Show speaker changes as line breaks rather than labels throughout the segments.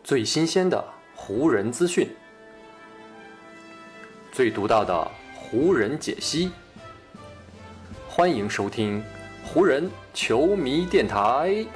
最新鲜的湖人资讯，最独到的湖人解析。欢迎收听湖人球迷电台。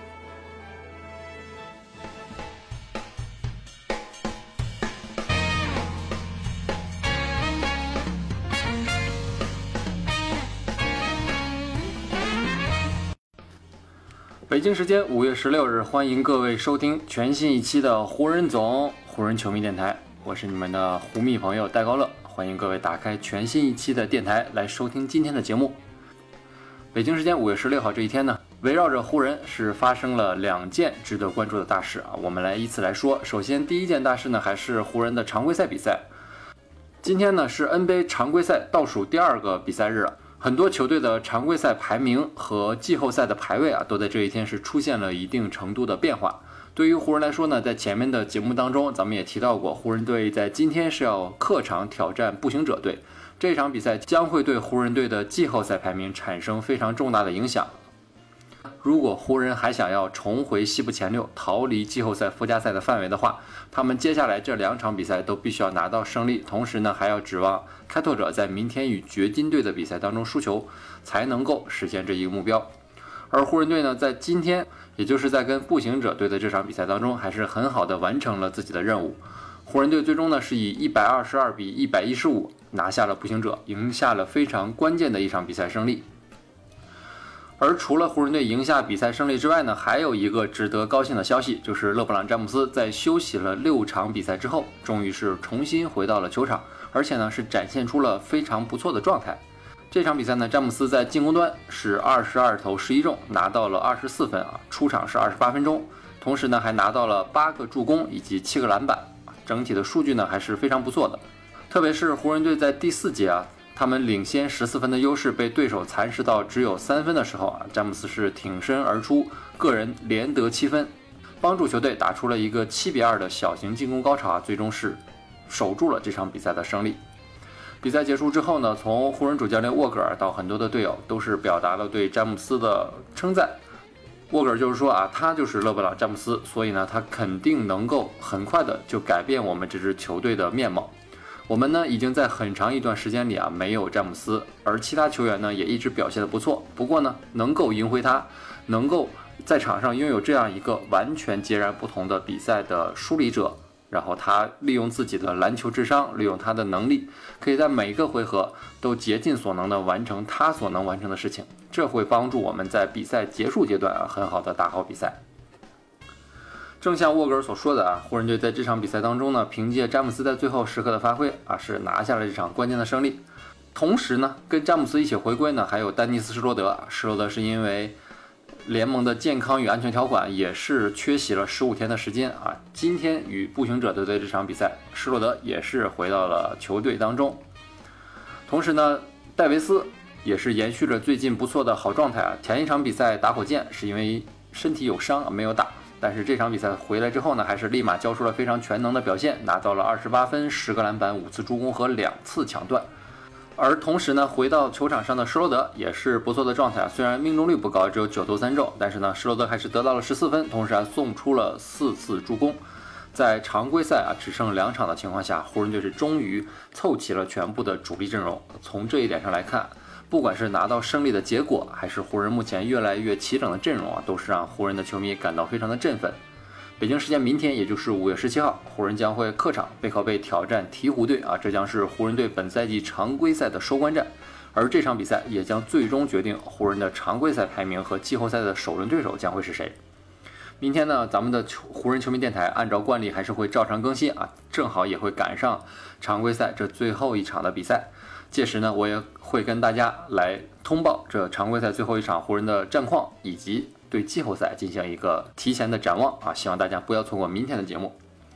北京时间5月16日，欢迎各位收听全新一期的湖人湖人球迷电台，我是你们的湖迷朋友戴高乐，欢迎各位打开全新一期的电台来收听今天的节目。北京时间5月16号这一天呢，围绕着湖人是发生了2件值得关注的大事啊，我们来依次来说。首先第一件大事呢，还是湖人的常规赛比赛。今天呢是 NBA 常规赛倒数第2个比赛日了。很多球队的常规赛排名和季后赛的排位都在这一天是出现了一定程度的变化。对于湖人来说呢，在前面的节目当中咱们也提到过，湖人队在今天是要客场挑战步行者队，这场比赛将会对湖人队的季后赛排名产生非常重大的影响。如果湖人还想要重回西部前6，逃离季后赛附加赛的范围的话，他们接下来这2场比赛都必须要拿到胜利，同时呢还要指望开拓者在明天与掘金队的比赛当中输球，才能够实现这一个目标。而湖人队呢，在今天，也就是在跟步行者队的这场比赛当中，还是很好的完成了自己的任务。湖人队最终呢是以122比115拿下了步行者，赢下了非常关键的一场比赛胜利。而除了湖人队赢下比赛胜利之外呢，还有一个值得高兴的消息，就是勒布朗詹姆斯在休息了6场比赛之后，终于是重新回到了球场，而且呢是展现出了非常不错的状态。这场比赛呢，詹姆斯在进攻端是22投11中，拿到了24分出场是28分钟，同时呢还拿到了8个助攻以及7个篮板，整体的数据呢还是非常不错的。特别是湖人队在第4节他们领先14分的优势被对手蚕食到只有3分的时候詹姆斯是挺身而出，个人连得7分，帮助球队打出了一个7比2的小型进攻高潮最终是守住了这场比赛的胜利。比赛结束之后呢，从湖人主教练沃格尔到很多的队友都是表达了对詹姆斯的称赞。沃格尔就是说他就是勒布朗詹姆斯，所以呢他肯定能够很快的就改变我们这支球队的面貌。我们呢已经在很长一段时间里没有詹姆斯，而其他球员呢也一直表现得不错，不过呢能够赢回他，能够在场上拥有这样一个完全截然不同的比赛的梳理者，然后他利用自己的篮球智商，利用他的能力，可以在每一个回合都竭尽所能的完成他所能完成的事情，这会帮助我们在比赛结束阶段很好的打好比赛。正像沃格尔所说的湖人队在这场比赛当中呢，凭借詹姆斯在最后时刻的发挥是拿下了这场关键的胜利。同时呢，跟詹姆斯一起回归呢，还有丹尼斯·施罗德。施罗德是因为联盟的健康与安全条款，也是缺席了15天的时间今天与步行者队的这场比赛，施罗德也是回到了球队当中。同时呢，戴维斯也是延续着最近不错的好状态前一场比赛打火箭是因为身体有伤没有打，但是这场比赛回来之后呢，还是立马交出了非常全能的表现，拿到了28分、10个篮板、5次助攻和2次抢断。而同时呢，回到球场上的施罗德也是不错的状态虽然命中率不高，只有9投3中，但是呢，施罗德还是得到了14分，同时还送出了4次助攻。在常规赛只剩2场的情况下，湖人队是终于凑齐了全部的主力阵容。从这一点上来看，不管是拿到胜利的结果，还是湖人目前越来越齐整的阵容都是让湖人的球迷感到非常的振奋。北京时间明天，也就是5月17号，湖人将会客场背靠背挑战鹈鹕队这将是湖人队本赛季常规赛的收官战，而这场比赛也将最终决定湖人的常规赛排名和季后赛的首轮对手将会是谁。明天呢，咱们的湖人球迷电台按照惯例还是会照常更新正好也会赶上常规赛这最后一场的比赛。届时呢，我也会跟大家来通报这常规赛最后一场湖人的战况，以及对季后赛进行一个提前的展望希望大家不要错过明天的节目。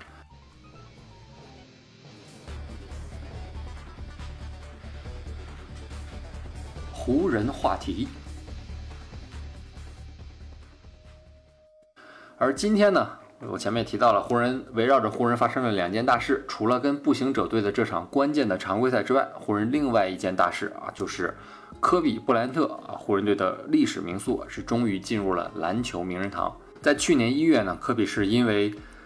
湖人话题。而今天呢，我前面也提到了，围绕着湖人发生了2件大事，除了跟步行者队的这场关键的常规赛之外，湖人另外一件大事就是科比布莱恩特湖人队的历史名宿是终于进入了篮球名人堂。在去年1月呢，科比是因为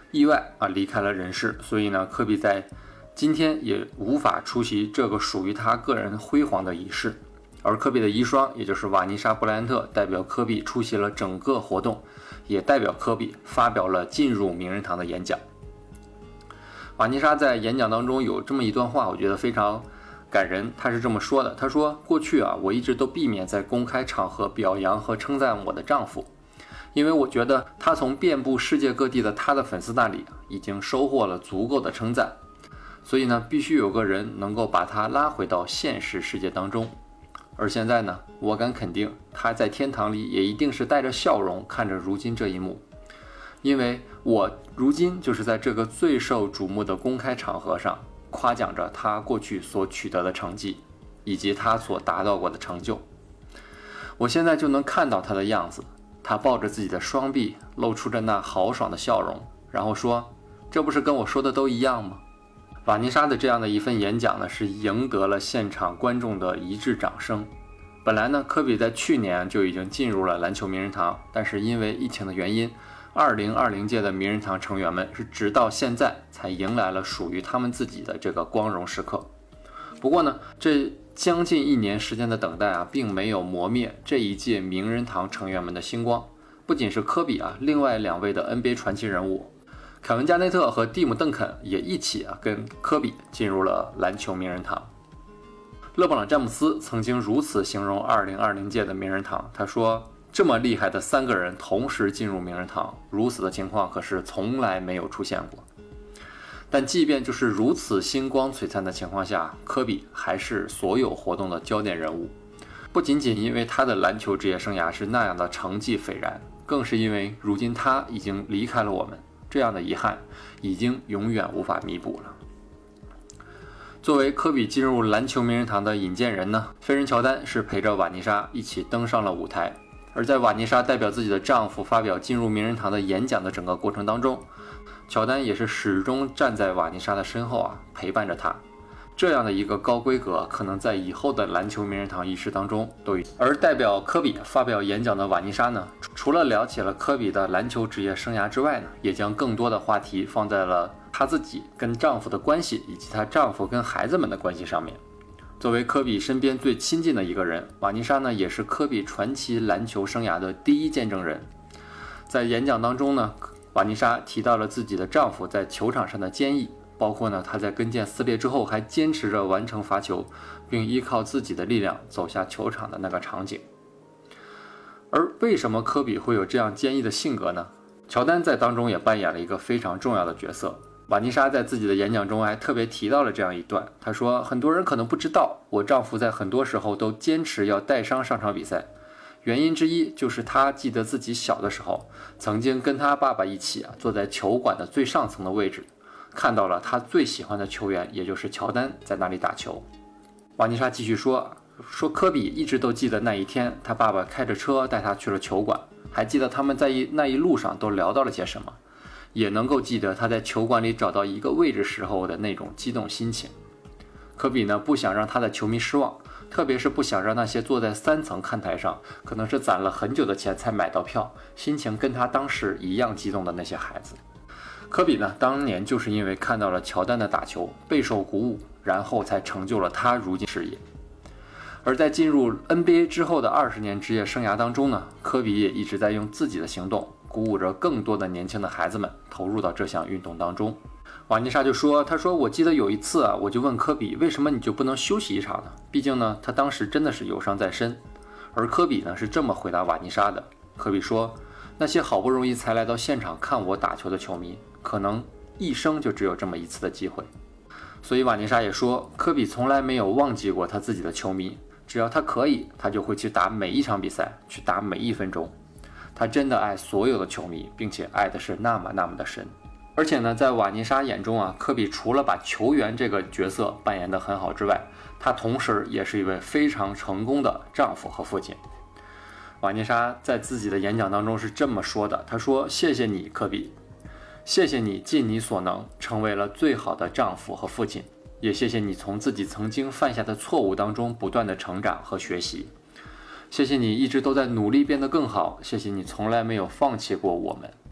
意外离开了人世，所以呢，科比在今天也无法出席这个属于他个人辉煌的仪式。而科比的遗孀，也就是瓦妮莎·布莱恩特，代表科比出席了整个活动，也代表科比发表了进入名人堂的演讲。瓦妮莎在演讲当中有这么一段话，我觉得非常感人。她是这么说的：她说，过去我一直都避免在公开场合表扬和称赞我的丈夫，因为我觉得他从遍布世界各地的他的粉丝那里已经收获了足够的称赞，所以呢，必须有个人能够把他拉回到现实世界当中。而现在呢，我敢肯定，他在天堂里也一定是带着笑容看着如今这一幕，因为我如今就是在这个最受瞩目的公开场合上夸奖着他过去所取得的成绩，以及他所达到过的成就。我现在就能看到他的样子，他抱着自己的双臂，露出着那豪爽的笑容，然后说：“这不是跟我说的都一样吗？”瓦妮莎的这样的一份演讲呢，是赢得了现场观众的一致掌声。本来呢，科比在去年就已经进入了篮球名人堂，但是因为疫情的原因，2020届的名人堂成员们是直到现在才迎来了属于他们自己的这个光荣时刻。不过呢，这将近1年时间的等待并没有磨灭这一届名人堂成员们的星光。不仅是科比另外2位的 NBA 传奇人物凯文·加内特和蒂姆·邓肯也一起跟科比进入了篮球名人堂。勒布朗·詹姆斯曾经如此形容2020届的名人堂，他说：“这么厉害的3个人同时进入名人堂，如此的情况可是从来没有出现过。”但即便就是如此星光璀璨的情况下，科比还是所有活动的焦点人物。不仅仅因为他的篮球职业生涯是那样的成绩斐然，更是因为如今他已经离开了我们，这样的遗憾已经永远无法弥补了。作为科比进入篮球名人堂的引荐人呢，飞人乔丹是陪着瓦妮莎一起登上了舞台。而在瓦妮莎代表自己的丈夫发表进入名人堂的演讲的整个过程当中，乔丹也是始终站在瓦妮莎的身后陪伴着她。这样的一个高规格，可能在以后的篮球名人堂仪式当中都有。而代表科比发表演讲的瓦妮莎呢，除了聊起了科比的篮球职业生涯之外呢，也将更多的话题放在了她自己跟丈夫的关系，以及她丈夫跟孩子们的关系上面。作为科比身边最亲近的一个人，瓦妮莎呢也是科比传奇篮球生涯的第一见证人。在演讲当中呢，瓦妮莎提到了自己的丈夫在球场上的坚毅，包括呢他在跟腱撕裂之后还坚持着完成罚球，并依靠自己的力量走下球场的那个场景。而为什么科比会有这样坚毅的性格呢？乔丹在当中也扮演了一个非常重要的角色。瓦妮莎在自己的演讲中还特别提到了这样一段，她说：“很多人可能不知道，我丈夫在很多时候都坚持要带伤上场比赛，原因之一就是他记得自己小的时候，曾经跟他爸爸一起坐在球馆的最上层的位置，看到了他最喜欢的球员，也就是乔丹在那里打球。”瓦妮莎继续说科比一直都记得那一天，他爸爸开着车带他去了球馆，还记得他们在那一路上都聊到了些什么，也能够记得他在球馆里找到一个位置时候的那种激动心情。科比呢，不想让他的球迷失望，特别是不想让那些坐在3层看台上，可能是攒了很久的钱才买到票，心情跟他当时一样激动的那些孩子。科比呢，当年就是因为看到了乔丹的打球，备受鼓舞，然后才成就了他如今事业。而在进入 NBA 之后的20年职业生涯当中呢，科比也一直在用自己的行动鼓舞着更多的年轻的孩子们投入到这项运动当中。瓦妮莎就说：“他说我记得有一次我就问科比，为什么你就不能休息一场呢？毕竟呢，他当时真的是有伤在身。”而科比呢是这么回答瓦妮莎的：“科比说，那些好不容易才来到现场看我打球的球迷，可能一生就只有这么一次的机会。”所以瓦妮莎也说，科比从来没有忘记过他自己的球迷，只要他可以，他就会去打每一场比赛，去打每1分钟。他真的爱所有的球迷，并且爱的是那么的深。而且呢，在瓦妮莎眼中科比除了把球员这个角色扮演得很好之外，他同时也是一位非常成功的丈夫和父亲。瓦妮莎在自己的演讲当中是这么说的，她说：“谢谢你，科比，谢谢你尽你所能，成为了最好的丈夫和父亲，也谢谢你从自己曾经犯下的错误当中不断的成长和学习。谢谢你一直都在努力变得更好，谢谢你从来没有放弃过我们，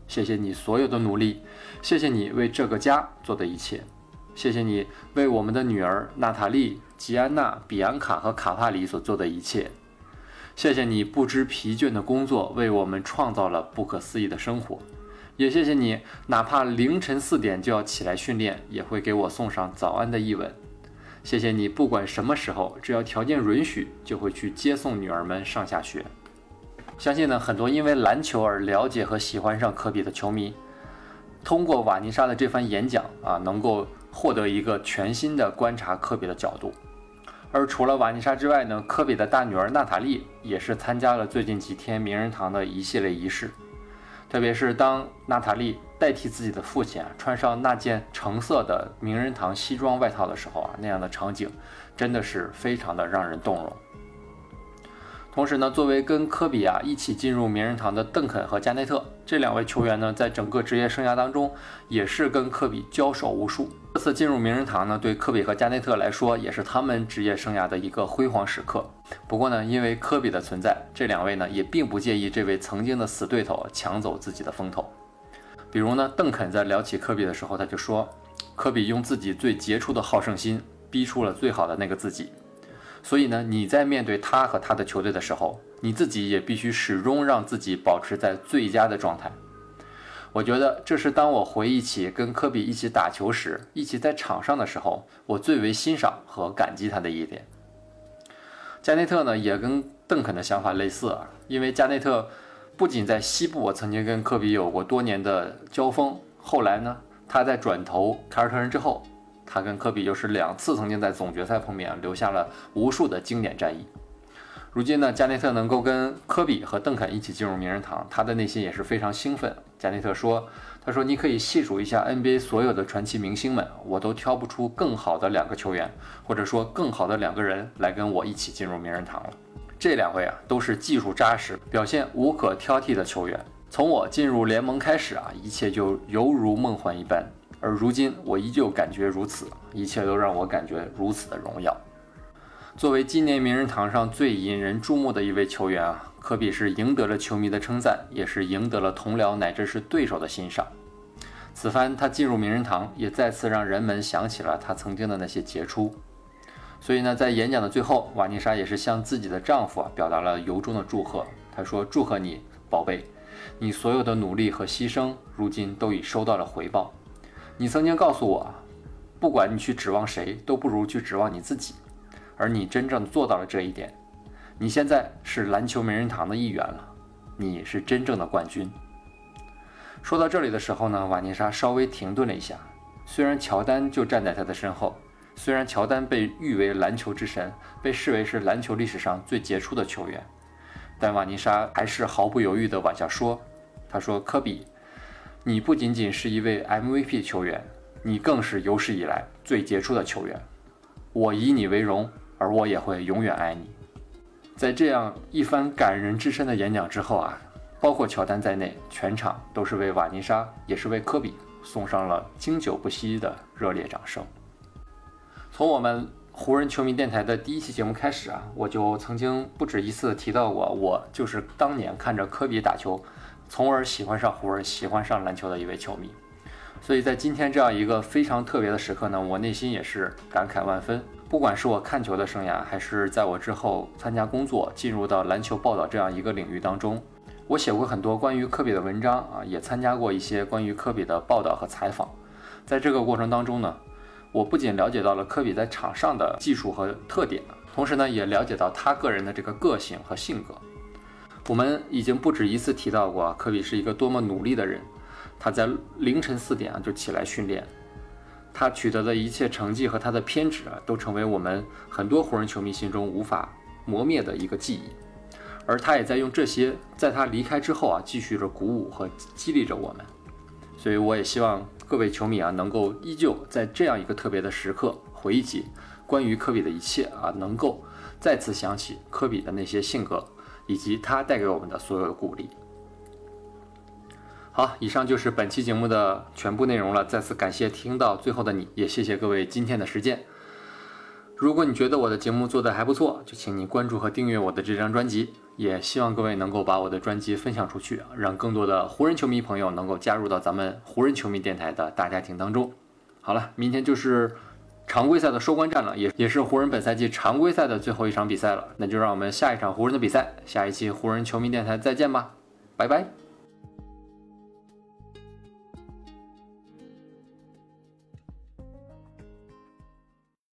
谢谢你所有的努力，谢谢你为这个家做的一切，谢谢你为我们的女儿娜塔莉、吉安娜、比安卡和卡帕里所做的一切，谢谢你不知疲倦的工作，为我们创造了不可思议的生活，也谢谢你哪怕凌晨4点就要起来训练，也会给我送上早安的一吻。谢谢你不管什么时候，只要条件允许，就会去接送女儿们上下学。相信呢，很多因为篮球而了解和喜欢上科比的球迷，通过瓦妮莎的这番演讲能够获得一个全新的观察科比的角度。而除了瓦妮莎之外呢，科比的大女儿娜塔莉也是参加了最近几天名人堂的一系列仪式。特别是当娜塔莉代替自己的父亲穿上那件橙色的名人堂西装外套的时候那样的场景真的是非常的让人动容。同时呢，作为跟科比一起进入名人堂的邓肯和加内特，这2位球员呢，在整个职业生涯当中也是跟科比交手无数。这次进入名人堂呢，对科比和加内特来说也是他们职业生涯的一个辉煌时刻。不过呢，因为科比的存在，这2位呢也并不介意这位曾经的死对头抢走自己的风头。比如呢，邓肯在聊起科比的时候，他就说，科比用自己最杰出的好胜心逼出了最好的那个自己。所以呢，你在面对他和他的球队的时候，你自己也必须始终让自己保持在最佳的状态。我觉得这是当我回忆起跟科比一起打球时，一起在场上的时候，我最为欣赏和感激他的一点。加内特呢，也跟邓肯的想法类似因为加内特不仅在西部曾经跟科比有过多年的交锋，后来呢，他在转投凯尔特人之后，他跟科比又是2次曾经在总决赛碰面，留下了无数的经典战役。如今呢，加内特能够跟科比和邓肯一起进入名人堂，他的内心也是非常兴奋。加内特说，他说你可以细数一下 NBA 所有的传奇明星们，我都挑不出更好的2个球员，或者说更好的2个人来跟我一起进入名人堂了。这2位都是技术扎实、表现无可挑剔的球员。从我进入联盟开始一切就犹如梦幻一般。而如今我依旧感觉如此，一切都让我感觉如此的荣耀。作为今年名人堂上最引人注目的一位球员科比是赢得了球迷的称赞，也是赢得了同僚乃至是对手的欣赏。此番他进入名人堂，也再次让人们想起了他曾经的那些杰出。所以呢，在演讲的最后，瓦妮莎也是向自己的丈夫表达了由衷的祝贺。她说：“祝贺你，宝贝，你所有的努力和牺牲，如今都已收到了回报。你曾经告诉我，不管你去指望谁，都不如去指望你自己，而你真正做到了这一点。你现在是篮球名人堂的一员了，你是真正的冠军。”说到这里的时候呢，瓦妮莎稍微停顿了一下。虽然乔丹就站在他的身后，虽然乔丹被誉为篮球之神，被视为是篮球历史上最杰出的球员，但瓦妮莎还是毫不犹豫地往下说。她说：“科比，你不仅仅是一位 MVP 球员，你更是有史以来最杰出的球员。我以你为荣，而我也会永远爱你。”在这样一番感人至深的演讲之后包括乔丹在内，全场都是为瓦妮莎，也是为科比送上了经久不息的热烈掌声。从我们湖人球迷电台的第1期节目开始我就曾经不止一次提到过，我就是当年看着科比打球，从而喜欢上湖人，喜欢上篮球的一位球迷。所以在今天这样一个非常特别的时刻呢，我内心也是感慨万分。不管是我看球的生涯，还是在我之后参加工作，进入到篮球报道这样一个领域当中，我写过很多关于科比的文章也参加过一些关于科比的报道和采访。在这个过程当中呢，我不仅了解到了科比在场上的技术和特点，同时呢，也了解到他个人的这个个性和性格。我们已经不止一次提到过科比是一个多么努力的人，他在凌晨4点就起来训练，他取得的一切成绩和他的偏执都成为我们很多湖人球迷心中无法磨灭的一个记忆。而他也在用这些，在他离开之后继续着鼓舞和激励着我们。所以我也希望各位球迷能够依旧在这样一个特别的时刻回忆起关于科比的一切能够再次想起科比的那些性格，以及他带给我们的所有的鼓励。好，以上就是本期节目的全部内容了。再次感谢听到最后的你，也谢谢各位今天的时间。如果你觉得我的节目做得还不错，就请你关注和订阅我的这张专辑。 也希望各位能够把我的专辑分享出去，让更多的湖人球迷朋友能够加入到咱们湖人球迷电台的大家庭当中。好了，明天就是常规赛的收官战了，也是湖人本赛季常规赛的最后一场比赛了，那就让我们下一场湖人的比赛，下一期湖人球迷电台再见吧，拜拜。